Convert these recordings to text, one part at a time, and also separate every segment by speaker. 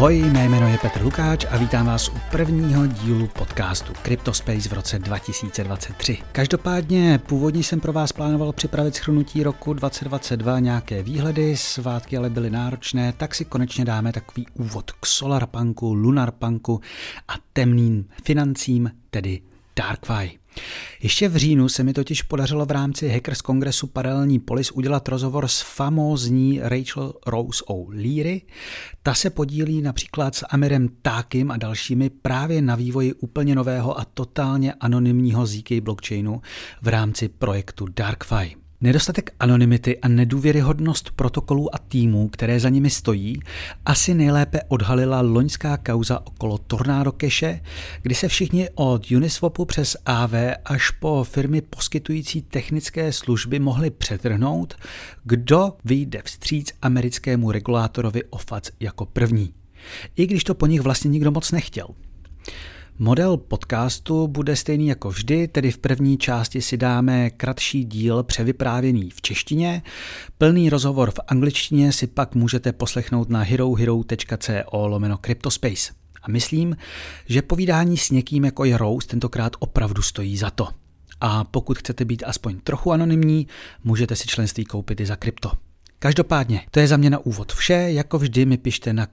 Speaker 1: Ahoj, mé jméno je Petr Lukáč a vítám vás u prvního dílu podcastu CryptoSpace v roce 2023. Každopádně původně jsem pro vás plánoval připravit shrnutí roku 2022, nějaké výhledy, svátky ale byly náročné, tak si konečně dáme takový úvod k solarpunku, lunarpunku a temným financím, tedy DarkFi. Ještě v říjnu se mi totiž podařilo v rámci Hackers Kongresu Paralelní polis udělat rozhovor s famózní Rachel Rose O'Leary. Ta se podílí například s Amirem Takim a dalšími právě na vývoji úplně nového a totálně anonymního ZK blockchainu v rámci projektu DarkFi. Nedostatek anonymity a nedůvěryhodnost protokolů a týmů, které za nimi stojí, asi nejlépe odhalila loňská kauza okolo Tornado Cache, kdy se všichni od Uniswapu přes AV až po firmy poskytující technické služby mohli přetrhnout, kdo vyjde vstříc americkému regulátorovi OFAC jako první. I když to po nich vlastně nikdo moc nechtěl. Model podcastu bude stejný jako vždy, tedy v první části si dáme kratší díl převyprávěný v češtině, plný rozhovor v angličtině si pak můžete poslechnout na herohero.co/CryptoSpace. A myslím, že povídání s někým jako je Rose tentokrát opravdu stojí za to. A pokud chcete být aspoň trochu anonymní, můžete si členství koupit i za krypto. Každopádně, to je za mě na úvod vše, jako vždy mi pište na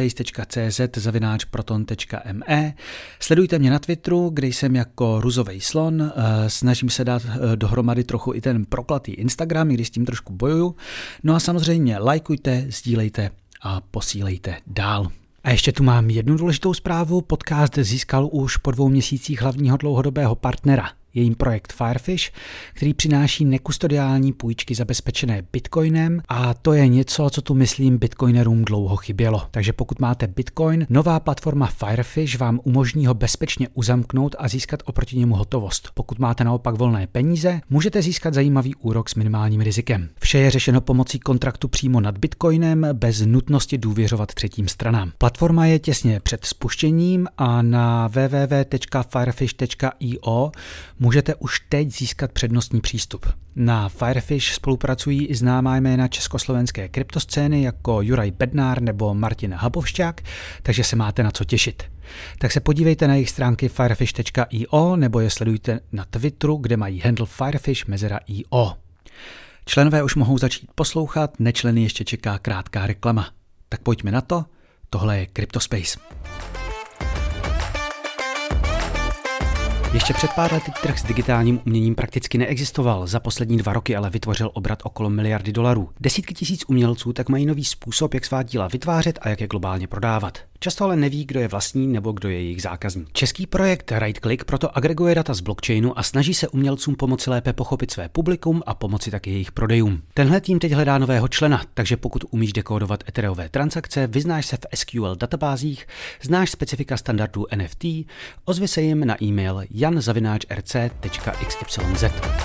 Speaker 1: cryptospace.cz/proton.me, sledujte mě na Twitteru, kde jsem jako ruzovej slon, snažím se dát dohromady trochu i ten proklatý Instagram, i když s tím trošku bojuju, no a samozřejmě lajkujte, sdílejte a posílejte dál. A ještě tu mám jednu důležitou zprávu, podcast získal už po 2 měsících hlavního dlouhodobého partnera. Je jim projekt Firefish, který přináší nekustodiální půjčky zabezpečené Bitcoinem a to je něco, co tu myslím bitcoinerům dlouho chybělo. Takže pokud máte Bitcoin, nová platforma Firefish vám umožní ho bezpečně uzamknout a získat oproti němu hotovost. Pokud máte naopak volné peníze, můžete získat zajímavý úrok s minimálním rizikem. Vše je řešeno pomocí kontraktu přímo nad Bitcoinem bez nutnosti důvěřovat třetím stranám. Platforma je těsně před spuštěním a na www.firefish.io můžete už teď získat přednostní přístup. Na Firefish spolupracují i známá jména československé kryptoscény jako Juraj Bednár nebo Martin Habovšťák, takže se máte na co těšit. Tak se podívejte na jejich stránky firefish.io nebo je sledujte na Twitteru, kde mají handle firefish_io. Členové už mohou začít poslouchat, nečleny ještě čeká krátká reklama. Tak pojďme na to, tohle je CryptoSpace. Ještě před pár lety trh s digitálním uměním prakticky neexistoval, za poslední 2 roky ale vytvořil obrat okolo $1 miliardy. Desítky tisíc umělců tak mají nový způsob, jak svá díla vytvářet a jak je globálně prodávat. Často ale neví, kdo je vlastní nebo kdo je jejich zákazník. Český projekt RightClick proto agreguje data z blockchainu a snaží se umělcům pomoci lépe pochopit své publikum a pomoci taky jejich prodejům. Tenhle tým teď hledá nového člena, takže pokud umíš dekódovat ethereové transakce, vyznáš se v SQL databázích, znáš specifika standardů NFT, ozvi se jim na e-mail jan@rc.xyz.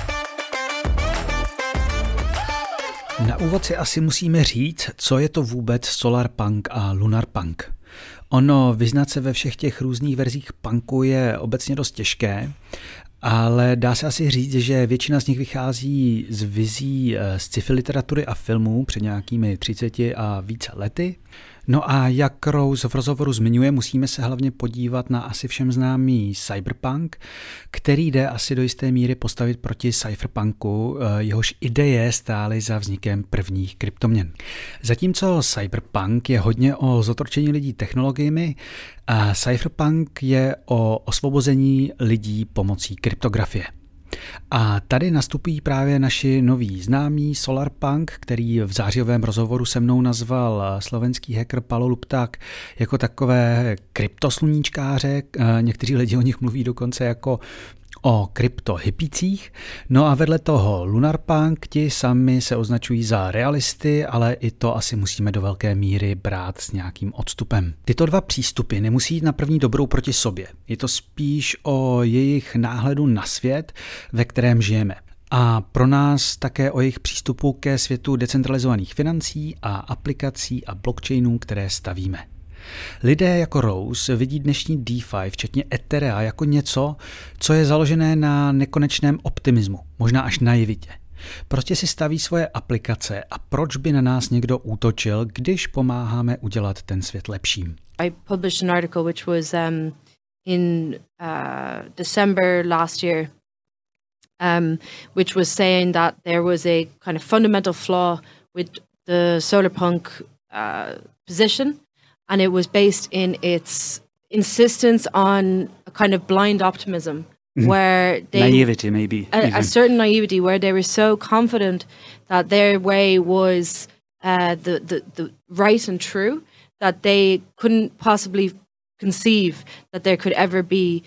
Speaker 1: Na úvod si asi musíme říct, co je to vůbec solarpunk a lunarpunk. Ono vyznat se ve všech těch různých verzích punku je obecně dost těžké, ale dá se asi říct, že většina z nich vychází z vizí sci-fi literatury a filmů před nějakými 30 a více lety. No a jak Rose v rozhovoru zmiňuje, musíme se hlavně podívat na asi všem známý cyberpunk, který jde asi do jisté míry postavit proti cypherpunku, jehož ideje stály za vznikem prvních kryptoměn. Zatímco cyberpunk je hodně o zotročení lidí technologiemi, a cypherpunk je o osvobození lidí pomocí kryptografie. A tady nastupují právě naši noví známí Solarpunk, který v zářijovém rozhovoru se mnou nazval slovenský hacker Palo Lupták jako takové kryptosluníčkáře. Někteří lidi o nich mluví dokonce jako o kryptohypících. No a vedle toho Lunarpunk, ti sami se označují za realisty, ale i to asi musíme do velké míry brát s nějakým odstupem. Tyto 2 přístupy nemusí jít na první dobrou proti sobě. Je to spíš o jejich náhledu na svět, ve kterém žijeme. A pro nás také o jejich přístupu ke světu decentralizovaných financí a aplikací a blockchainů, které stavíme. Lidé jako Rose vidí dnešní DeFi, včetně Etherea, jako něco, co je založené na nekonečném optimismu, možná až naivitě. Prostě si staví svoje aplikace a proč by na nás někdo útočil, když pomáháme udělat ten svět lepším.
Speaker 2: I published an article which was in December last year, which was saying that there was a kind of fundamental flaw with the Solarpunk position, and it was based in its insistence on a kind of blind optimism, where they
Speaker 1: naivety, maybe
Speaker 2: a certain naivety, where they were so confident that their way was the right and true, that they couldn't possibly conceive that there could ever be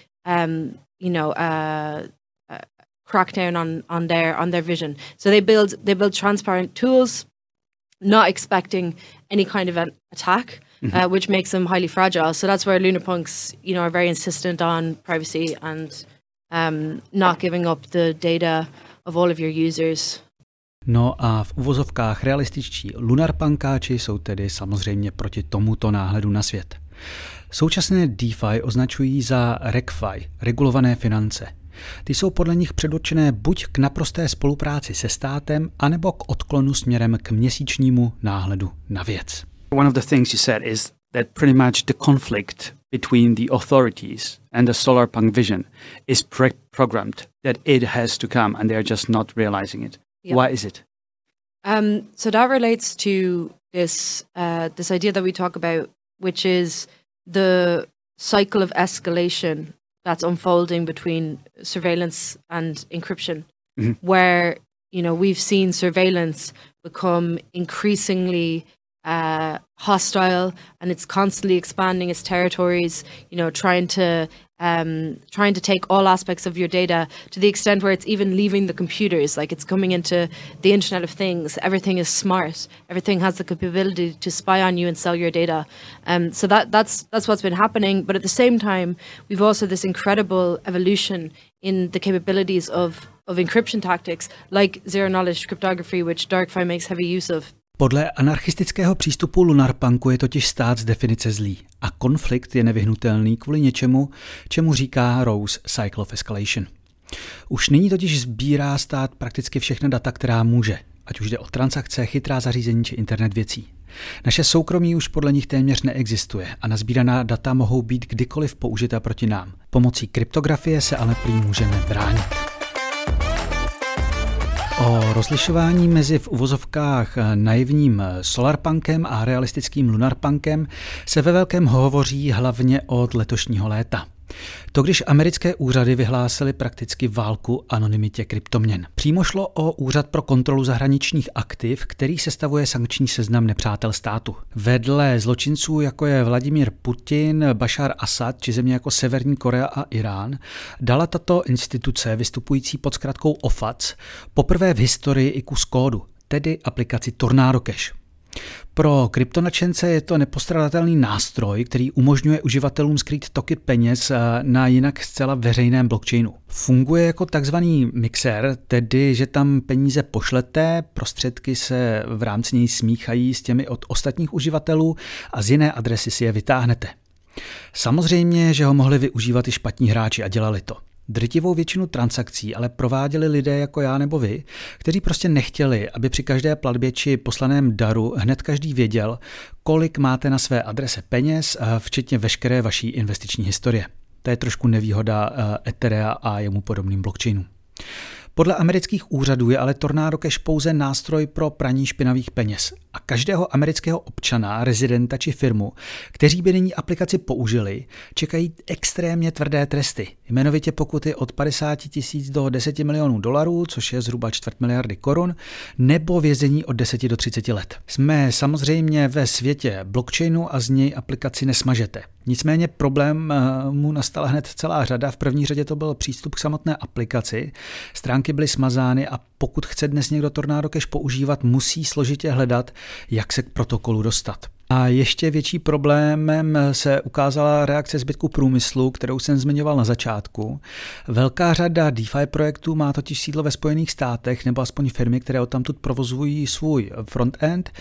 Speaker 2: crackdown on their vision. So they build transparent tools, not expecting any kind of an attack, which makes them highly fragile. So that's where Lunarpunks, are very insistent on privacy and not giving up the data of all of your users.
Speaker 1: No a v uvozovkách realističtí lunarpunkáči jsou tedy samozřejmě proti tomuto náhledu na svět. Současné DeFi označují za RegFi, regulované finance. Ty jsou podle nich předurčené buď k naprosté spolupráci se státem, anebo k odklonu směrem k měsíčnímu náhledu na věc.
Speaker 3: One of the things you said is that pretty much the conflict between the authorities and the Solarpunk vision is programmed, that it has to come and they're just not realizing it. Yep. Why is it?
Speaker 2: So that relates to this idea that we talk about, which is the cycle of escalation that's unfolding between surveillance and encryption, where, we've seen surveillance become increasingly hostile, and it's constantly expanding its territories, trying to take all aspects of your data, to the extent where it's even leaving the computers, like it's coming into the Internet of Things. Everything is smart. Everything has the capability to spy on you and sell your data. So that's what's been happening. But at the same time, we've also this incredible evolution in the capabilities of encryption tactics, like zero-knowledge cryptography, which DarkFi makes heavy use of.
Speaker 1: Podle anarchistického přístupu Lunarpunku je totiž stát z definice zlý a konflikt je nevyhnutelný kvůli něčemu, čemu říká Rose Cycle of Escalation. Už nyní totiž sbírá stát prakticky všechna data, která může, ať už jde o transakce, chytrá zařízení či internet věcí. Naše soukromí už podle nich téměř neexistuje a nazbíraná data mohou být kdykoliv použita proti nám. Pomocí kryptografie se ale prý můžeme bránit. O rozlišování mezi v uvozovkách naivním Solarpunkem a realistickým Lunarpunkem se ve velkém hovoří hlavně od letošního léta. To, když americké úřady vyhlásily prakticky válku anonymitě kryptoměn. Přímo šlo o Úřad pro kontrolu zahraničních aktiv, který sestavuje sankční seznam nepřátel státu. Vedle zločinců, jako je Vladimír Putin, Bašar Asad či země jako Severní Korea a Irán, dala tato instituce, vystupující pod zkratkou OFAC, poprvé v historii i kus kódu, tedy aplikaci Tornado Cash. Pro kryptonačence je to nepostradatelný nástroj, který umožňuje uživatelům skrýt toky peněz na jinak zcela veřejném blockchainu. Funguje jako takzvaný mixer, tedy že tam peníze pošlete, prostředky se v rámci něj smíchají s těmi od ostatních uživatelů a z jiné adresy si je vytáhnete. Samozřejmě, že ho mohli využívat i špatní hráči a dělali to. Drtivou většinu transakcí ale prováděli lidé jako já nebo vy, kteří prostě nechtěli, aby při každé platbě či poslaném daru hned každý věděl, kolik máte na své adrese peněz, včetně veškeré vaší investiční historie. To je trošku nevýhoda Etherea a jemu podobným blockchainům. Podle amerických úřadů je ale Tornado Cash pouze nástroj pro praní špinavých peněz a každého amerického občana, rezidenta či firmu, kteří by nyní aplikaci použili, čekají extrémně tvrdé tresty, jmenovitě pokuty od 50 000 do 10 milionů dolarů, což je zhruba 250 milionů korun, nebo vězení od 10 do 30 let. Jsme samozřejmě ve světě blockchainu a z něj aplikaci nesmažete. Nicméně problém mu nastala hned celá řada. V první řadě to byl přístup k samotné aplikaci. Stránky byly smazány a pokud chce dnes někdo Tornado Cash používat, musí složitě hledat, jak se k protokolu dostat. A ještě větší problémem se ukázala reakce zbytku průmyslu, kterou jsem zmiňoval na začátku. Velká řada DeFi projektů má totiž sídlo ve Spojených státech, nebo aspoň firmy, které odtamtud provozují svůj frontend.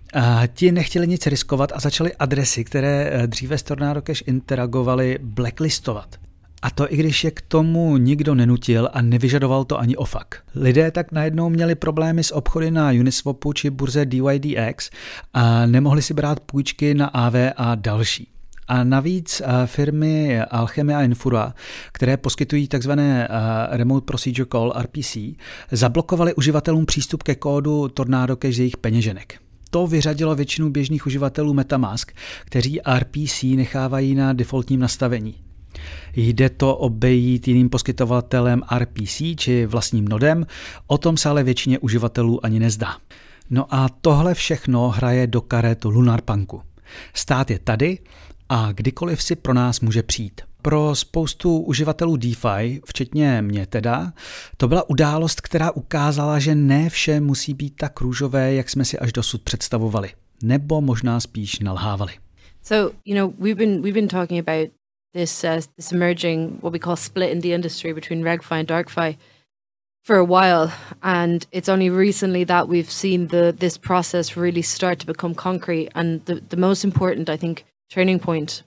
Speaker 1: Ti nechtěli nic riskovat a začali adresy, které dříve s Tornado Cash interagovaly, blacklistovat. A to i když je k tomu nikdo nenutil a nevyžadoval to ani OFAC. Lidé tak najednou měli problémy s obchody na Uniswapu či burze DYDX a nemohli si brát půjčky na AV a další. A navíc firmy Alchemy a Infura, které poskytují takzvané Remote Procedure Call RPC, zablokovaly uživatelům přístup ke kódu Tornado Cash z jejich peněženek. To vyřadilo většinu běžných uživatelů MetaMask, kteří RPC nechávají na defaultním nastavení. Jde to obejít jiným poskytovatelem RPC či vlastním nodem, o tom se ale většině uživatelů ani nezdá. No a tohle všechno hraje do karet Lunarpunku. Stát je tady a kdykoliv si pro nás může přijít. Pro spoustu uživatelů DeFi, včetně mě teda, to byla událost, která ukázala, že ne vše musí být tak růžové, jak jsme si až dosud představovali. Nebo možná spíš nalhávali.
Speaker 2: So, we've been talking about this emerging, what we call split in the industry between RegFi and DarkFi for a while, and it's only recently that we've seen this process really start to become concrete. And the most important, I think, turning point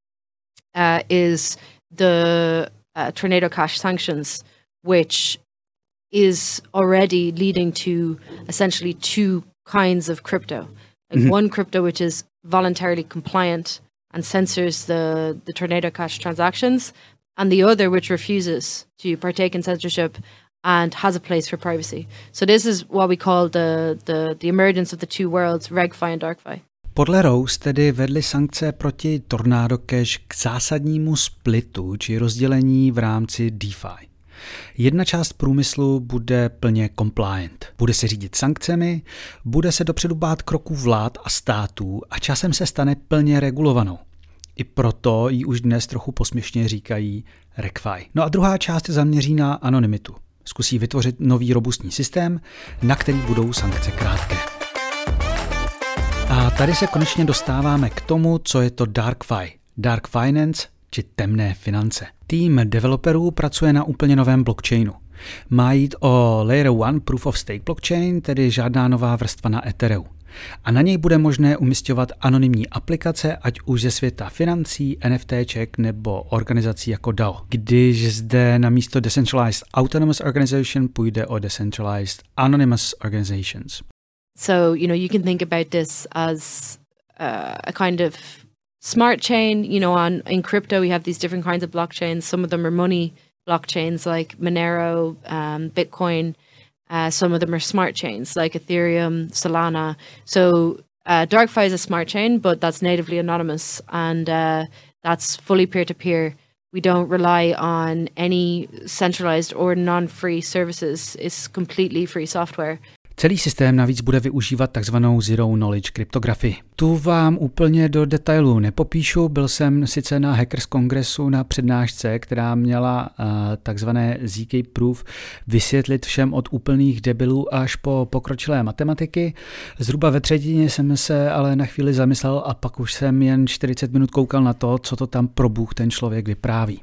Speaker 2: is the Tornado Cash sanctions, which is already leading to essentially two kinds of crypto. Like one crypto which is voluntarily compliant and censors the Tornado Cash transactions, and the other which refuses to partake in censorship and has a place for privacy. So this is what we call the emergence of the two worlds, RegFi and DarkFi.
Speaker 1: Podle Rose tedy vedly sankce proti Tornado Cash k zásadnímu splitu či rozdělení v rámci DeFi. Jedna část průmyslu bude plně compliant. Bude se řídit sankcemi, bude se dopředu bát kroků vlád a států a časem se stane plně regulovanou. I proto ji už dnes trochu posměšně říkají RegFi. No a druhá část se zaměří na anonymitu. Zkusí vytvořit nový robustní systém, na který budou sankce krátké. A tady se konečně dostáváme k tomu, co je to DarkFi, Dark Finance či temné finance. Tým developerů pracuje na úplně novém blockchainu. Má jít o Layer 1 Proof of Stake blockchain, tedy žádná nová vrstva na Ethereu. A na něj bude možné umisťovat anonymní aplikace, ať už ze světa financí, NFTček nebo organizací jako DAO. Když zde na místo Decentralized Autonomous Organization půjde o Decentralized Anonymous Organizations.
Speaker 2: So, you can think about this as a kind of smart chain. In crypto, we have these different kinds of blockchains. Some of them are money blockchains like Monero, Bitcoin. Some of them are smart chains like Ethereum, Solana. So DarkFi is a smart chain, but that's natively anonymous, and that's fully peer-to-peer. We don't rely on any centralized or non-free services. It's completely free software.
Speaker 1: Celý systém navíc bude využívat takzvanou Zero Knowledge kryptografii. Tu vám úplně do detailu nepopíšu, byl jsem sice na Hackers Kongresu na přednášce, která měla takzvané ZK Proof vysvětlit všem od úplných debilů až po pokročilé matematiky. Zhruba ve třetině jsem se ale na chvíli zamyslel a pak už jsem jen 40 minut koukal na to, co to tam pro bůh ten člověk vypráví.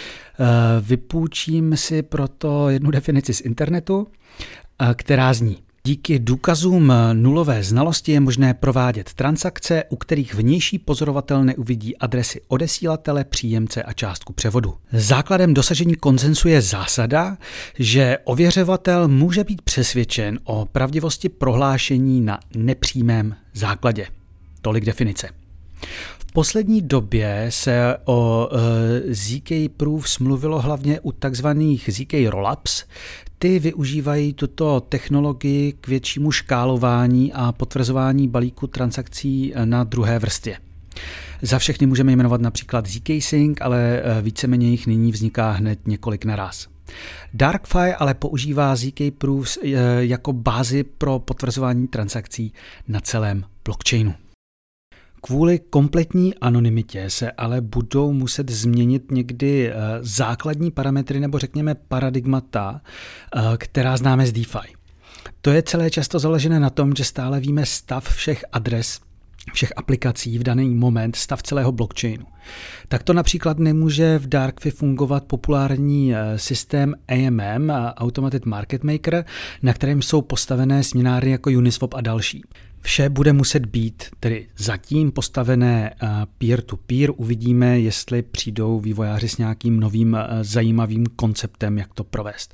Speaker 1: Vypůjčím si proto jednu definici z internetu, která zní: díky důkazům nulové znalosti je možné provádět transakce, u kterých vnější pozorovatel neuvidí adresy odesílatele, příjemce a částku převodu. Základem dosažení konsensu je zásada, že ověřovatel může být přesvědčen o pravdivosti prohlášení na nepřímém základě. Tolik definice. V poslední době se o ZK Proofs mluvilo hlavně u takzvaných ZK Rollups. Ty využívají tuto technologii k většímu škálování a potvrzování balíku transakcí na druhé vrstvě. Za všechny můžeme jmenovat například zkSync, ale víceméně jich nyní vzniká hned několik naraz. DarkFi ale používá ZK Proofs jako bázi pro potvrzování transakcí na celém blockchainu. Kvůli kompletní anonymitě se ale budou muset změnit někdy základní parametry nebo řekněme paradigmata, která známe z DeFi. To je celé často založené na tom, že stále víme stav všech adres, všech aplikací v daný moment, stav celého blockchainu. Tak to například nemůže v DarkFi fungovat populární systém AMM, Automated Market Maker, na kterém jsou postavené směnárny jako Uniswap a další. Vše bude muset být tedy zatím postavené peer-to-peer. Uvidíme, jestli přijdou vývojáři s nějakým novým zajímavým konceptem, jak to provést.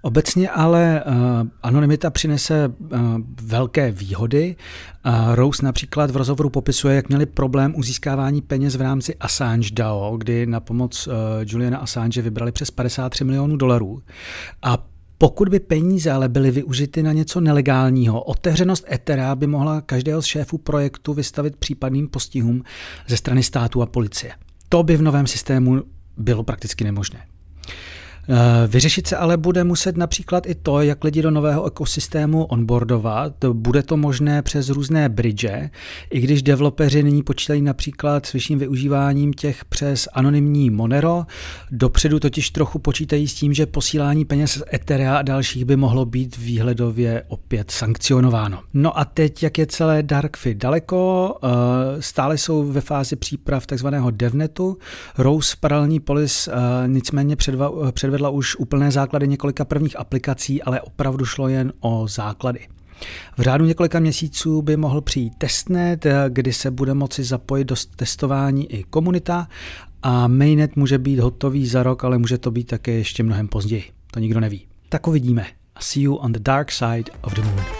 Speaker 1: Obecně ale anonymita přinese velké výhody. Rose například v rozhovoru popisuje, jak měli problém u získávání peněz v rámci Assange DAO, kdy na pomoc Juliana Assange vybrali přes $53 milionů. A pokud by peníze ale byly využity na něco nelegálního, otevřenost Ethera by mohla každého z šéfů projektu vystavit případným postihům ze strany státu a policie. To by v novém systému bylo prakticky nemožné. Vyřešit se ale bude muset například i to, jak lidi do nového ekosystému onboardovat. Bude to možné přes různé bridge, i když developeři nyní počítají například s vyšším využíváním těch přes anonymní Monero. Dopředu totiž trochu počítají s tím, že posílání peněz z Ethera a dalších by mohlo být výhledově opět sankcionováno. No a teď, jak je celé Darkfy daleko, stále jsou ve fázi příprav takzvaného DevNetu. Rose v paralelní polis nicméně předvedla už úplné základy několika prvních aplikací, ale opravdu šlo jen o základy. V řádu několika měsíců by mohl přijít testnet, kdy se bude moci zapojit do testování i komunita a mainnet může být hotový za rok, ale může to být také ještě mnohem později. To nikdo neví. Tak uvidíme. See you on the dark side of the moon.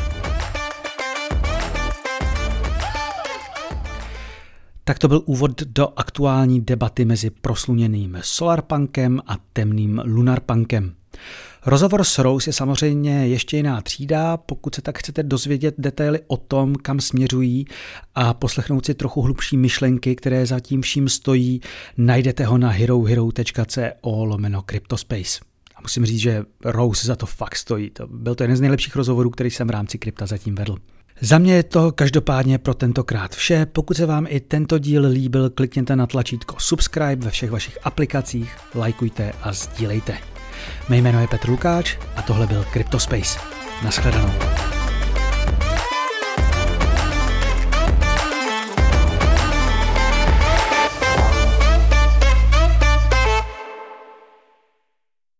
Speaker 1: Tak to byl úvod do aktuální debaty mezi prosluněným Solarpunkem a temným Lunarpunkem. Rozhovor s Rose je samozřejmě ještě jiná třída, pokud se tak chcete dozvědět detaily o tom, kam směřují a poslechnout si trochu hlubší myšlenky, které za tím vším stojí, najdete ho na herohero.co/cryptospace. A musím říct, že Rose za to fakt stojí. Byl to jeden z nejlepších rozhovorů, který jsem v rámci krypta zatím vedl. Za mě je to každopádně pro tentokrát vše. Pokud se vám i tento díl líbil, klikněte na tlačítko subscribe ve všech vašich aplikacích, lajkujte a sdílejte. Mé jméno je Petr Lukáč a tohle byl Cryptospace. Naschledanou.